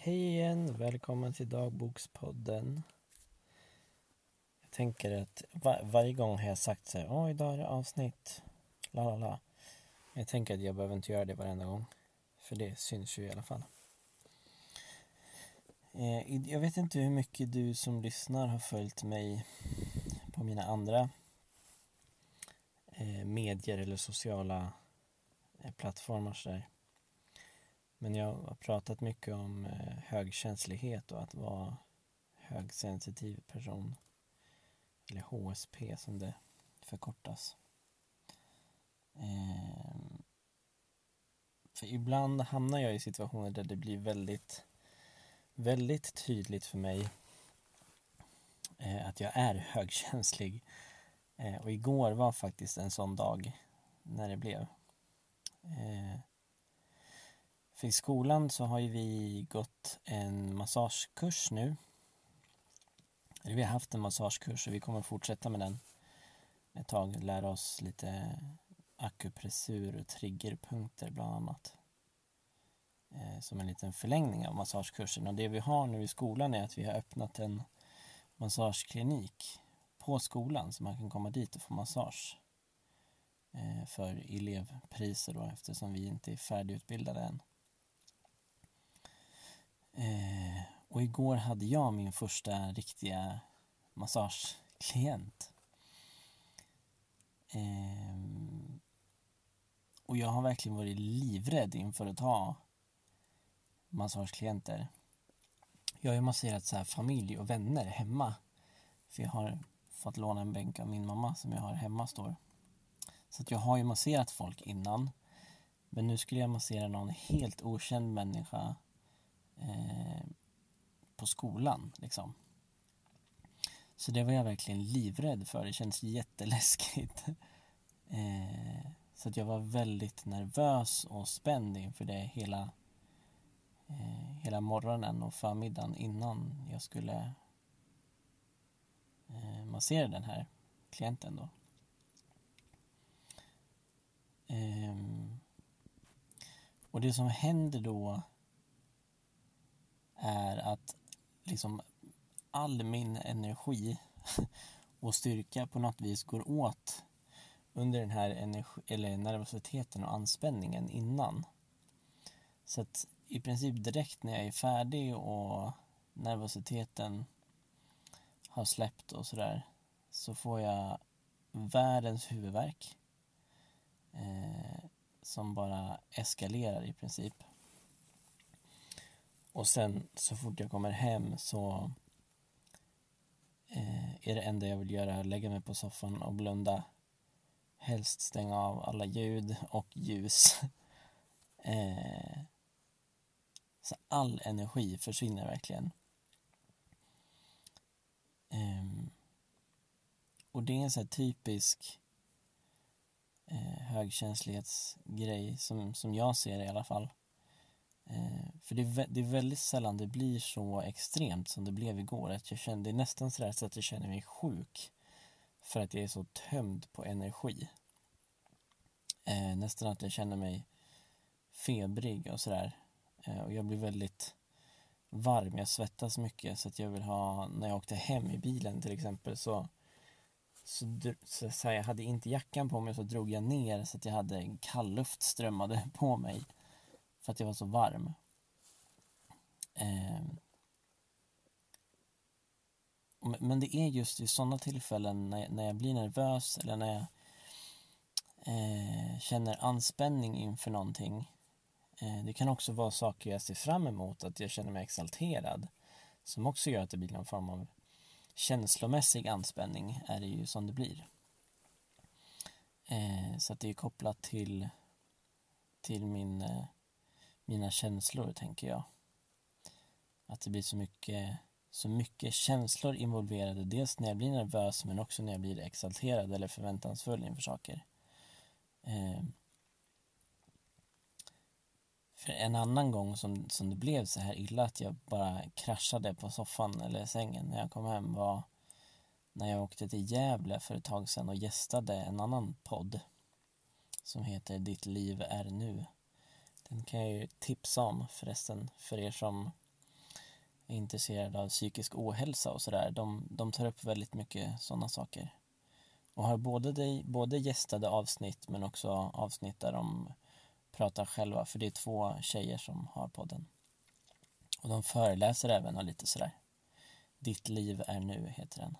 Hej igen, välkommen till Dagbokspodden. Jag tänker att varje gång har jag sagt så här, idag är det avsnitt, lalala. Jag tänker att jag behöver inte göra det varenda gång, för det syns ju i alla fall. Jag vet inte hur mycket du som lyssnar har följt mig på mina andra medier eller sociala plattformar så där. Men jag har pratat mycket om högkänslighet och att vara högsensitiv person. Eller HSP som det förkortas. För ibland hamnar jag i situationer där det blir väldigt, väldigt tydligt för mig att jag är högkänslig. Och igår var faktiskt en sån dag när det blev. För i skolan så har ju vi gått en massagekurs nu. Eller vi har haft en massagekurs och vi kommer fortsätta med den ett tag. Lära oss lite akupressur och triggerpunkter bland annat. Som en liten förlängning av massagekursen. Och det vi har nu i skolan är att vi har öppnat en massageklinik på skolan. Så man kan komma dit och få massage. För elevpriser då, eftersom vi inte är färdigutbildade än. Och igår hade jag min första riktiga massageklient. Och jag har verkligen varit livrädd inför att ha massageklienter. Jag har ju masserat så här familj och vänner hemma. För jag har fått låna en bänk av min mamma som jag har hemma står. Så att jag har ju masserat folk innan. Men nu skulle jag massera någon helt okänd människa på skolan liksom. Så det var jag verkligen livrädd för. Det känns jätteläskigt. Så att jag var väldigt nervös och spänd inför det hela morgonen och förmiddagen innan jag skulle massera den här klienten då. Och det som händer då är att liksom all min energi och styrka på något vis går åt under den här nervositeten och anspänningen innan. Så att i princip direkt när jag är färdig och nervositeten har släppt och sådär, så får jag världens huvudvärk som bara eskalerar i princip. Och sen så fort jag kommer hem så är det enda jag vill göra att lägga mig på soffan och blunda. Helst stänga av alla ljud och ljus. Så all energi försvinner verkligen. Och det är en sån här typisk högkänslighetsgrej som jag ser det i alla fall. För det är väldigt sällan det blir så extremt som det blev igår. Att jag kände nästan sådär så att jag känner mig sjuk. För att jag är så tömd på energi. Nästan att jag känner mig febrig och sådär. Och jag blir väldigt varm. Jag svettas mycket. Så att jag vill ha, när jag åkte hem i bilen till exempel så jag hade inte jackan på mig, så drog jag ner så att jag hade en kall luft strömmade på mig. För att jag var så varm. Men det är just i sådana tillfällen när jag blir nervös eller när jag känner anspänning inför någonting. Det kan också vara saker jag ser fram emot, att jag känner mig exalterad. Som också gör att det blir någon form av känslomässig anspänning, är det ju som det blir. Så att det är kopplat till mina känslor, tänker jag. Att det blir så mycket känslor involverade. Dels när jag blir nervös, men också när jag blir exalterad eller förväntansfull inför saker. För en annan gång som det blev så här illa att jag bara kraschade på soffan eller sängen när jag kom hem var när jag åkte till Gävle för ett tag sedan och gästade en annan podd som heter Ditt liv är nu. Den kan jag ju tipsa om förresten för er som är intresserade av psykisk ohälsa och sådär. De tar upp väldigt mycket sådana saker. Och har både gästade avsnitt men också avsnitt där de pratar själva. För det är 2 tjejer som har podden. Och de föreläser även och lite sådär. Ditt liv är nu heter den.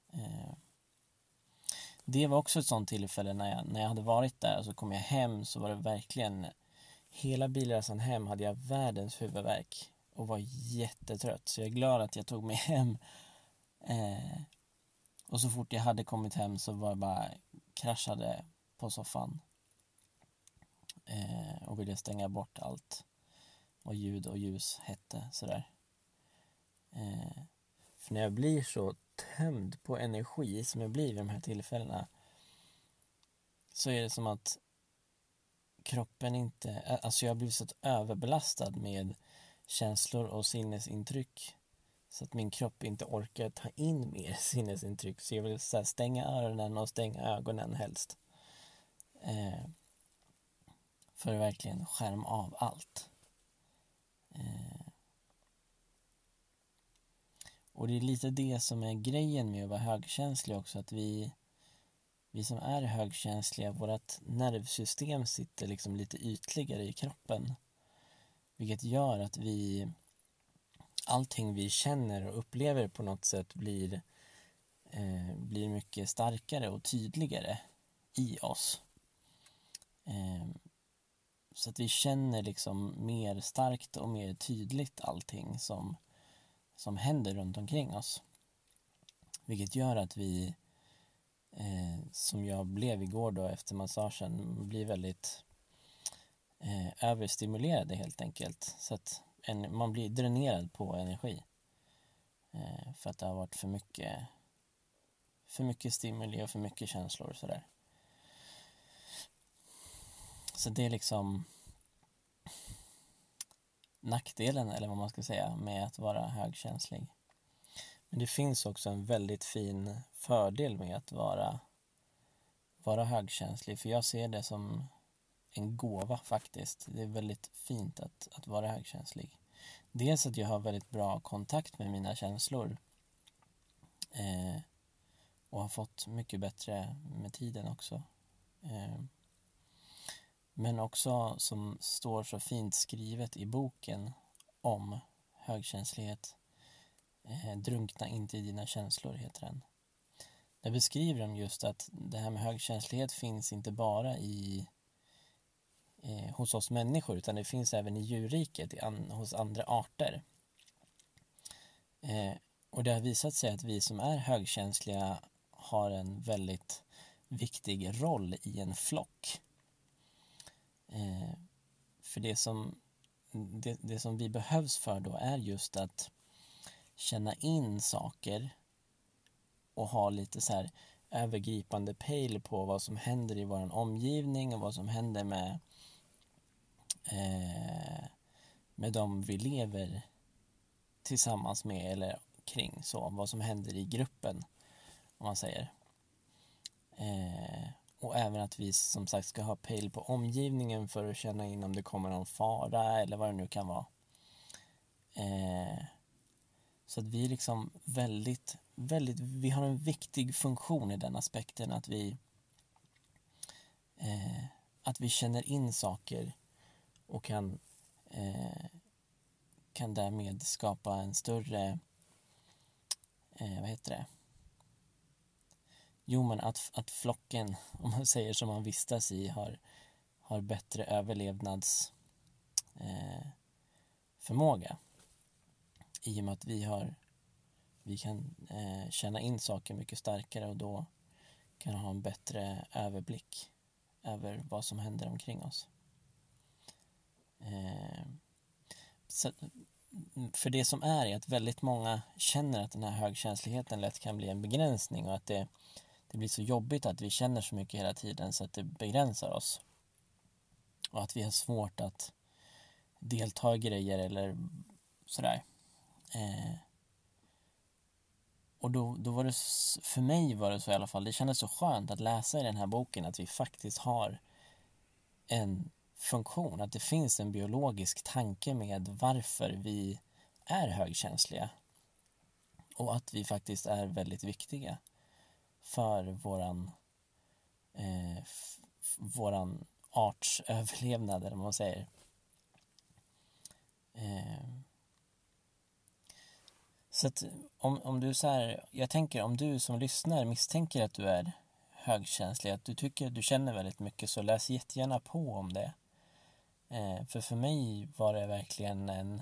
Det var också ett sånt tillfälle när jag hade varit där och så kom jag hem, så var det verkligen hela bilresan hem hade jag världens huvudvärk och var jättetrött. Så jag är glad att jag tog mig hem. Och så fort jag hade kommit hem så var jag bara kraschade på soffan. Och ville stänga bort allt vad ljud och ljus hette sådär. För när jag blir så tömd på energi som jag blir vid de här tillfällena, så är det som att kroppen inte, alltså jag blir så överbelastad med känslor och sinnesintryck så att min kropp inte orkar ta in mer sinnesintryck, så jag vill så här stänga öronen och stänga ögonen helst, för att verkligen skärma av allt. Och det är lite det som är grejen med att vara högkänslig också, att vi som är högkänsliga, vårt nervsystem sitter liksom lite ytligare i kroppen, vilket gör att allting vi känner och upplever på något sätt blir mycket starkare och tydligare i oss. Så att vi känner liksom mer starkt och mer tydligt allting som händer runt omkring oss. Vilket gör att vi, som jag blev igår då efter massagen, blir väldigt överstimulerade helt enkelt. Så att man blir dränerad på energi. För att det har varit för mycket stimuli och för mycket känslor och sådär. Så det är liksom nackdelen, eller vad man ska säga, med att vara högkänslig. Men det finns också en väldigt fin fördel med att vara högkänslig. För jag ser det som en gåva faktiskt. Det är väldigt fint att vara högkänslig. Dels att jag har väldigt bra kontakt med mina känslor. Och har fått mycket bättre med tiden också. Men också, som står så fint skrivet i boken om högkänslighet, drunkna inte i dina känslor heter den. Där beskriver de just att det här med högkänslighet finns inte bara hos oss människor, utan det finns även i djurriket, hos andra arter. Och det har visat sig att vi som är högkänsliga har en väldigt viktig roll i en flock. För det som vi behövs för då är just att känna in saker och ha lite så här övergripande pejl på vad som händer i vår omgivning och vad som händer med dem vi lever tillsammans med eller kring, så vad som händer i gruppen, om man säger. Och även att vi som sagt ska ha pejl på omgivningen för att känna in om det kommer någon fara eller vad det nu kan vara. Så att vi liksom vi har en viktig funktion i den aspekten, att vi känner in saker och kan därmed skapa en större men att flocken, om man säger, som man vistas i har bättre överlevnadsförmåga, i och med att vi kan känna in saker mycket starkare och då kan ha en bättre överblick över vad som händer omkring oss. Så, för det som är att väldigt många känner att den här högkänsligheten lätt kan bli en begränsning och att det blir så jobbigt att vi känner så mycket hela tiden så att det begränsar oss. Och att vi har svårt att delta i grejer eller sådär. Och då var det, för mig var det så i alla fall, det kändes så skönt att läsa i den här boken att vi faktiskt har en funktion, att det finns en biologisk tanke med varför vi är högkänsliga och att vi faktiskt är väldigt viktiga för våran arts överlevnad, eller vad man säger. Så att om du så här, jag tänker om du som lyssnar misstänker att du är högkänslig, att du tycker att du känner väldigt mycket, så läs jättegärna på om det. För mig var det verkligen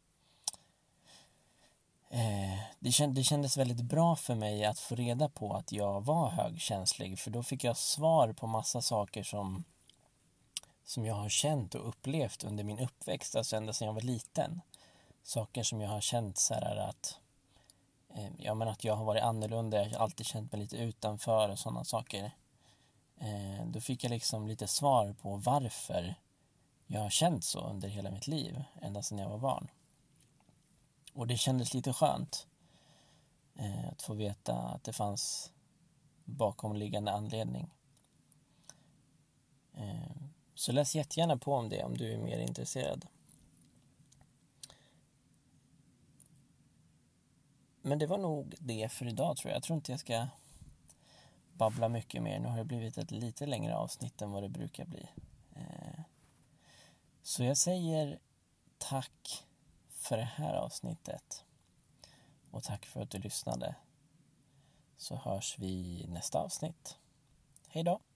det kändes väldigt bra för mig att få reda på att jag var högkänslig, för då fick jag svar på massa saker som jag har känt och upplevt under min uppväxt, alltså ända sedan jag var liten. Saker som jag har känt så här att att jag har varit annorlunda, jag har alltid känt mig lite utanför och sådana saker. Då fick jag liksom lite svar på varför jag har känt så under hela mitt liv, ända sedan jag var barn. Och det kändes lite skönt att få veta att det fanns bakomliggande anledning. Så läs jättegärna på om det om du är mer intresserad. Men det var nog det för idag, tror jag. Jag tror inte jag ska babbla mycket mer. Nu har det blivit ett lite längre avsnitt än vad det brukar bli. Så jag säger tack för det här avsnittet. Och tack för att du lyssnade. Så hörs vi i nästa avsnitt. Hej då!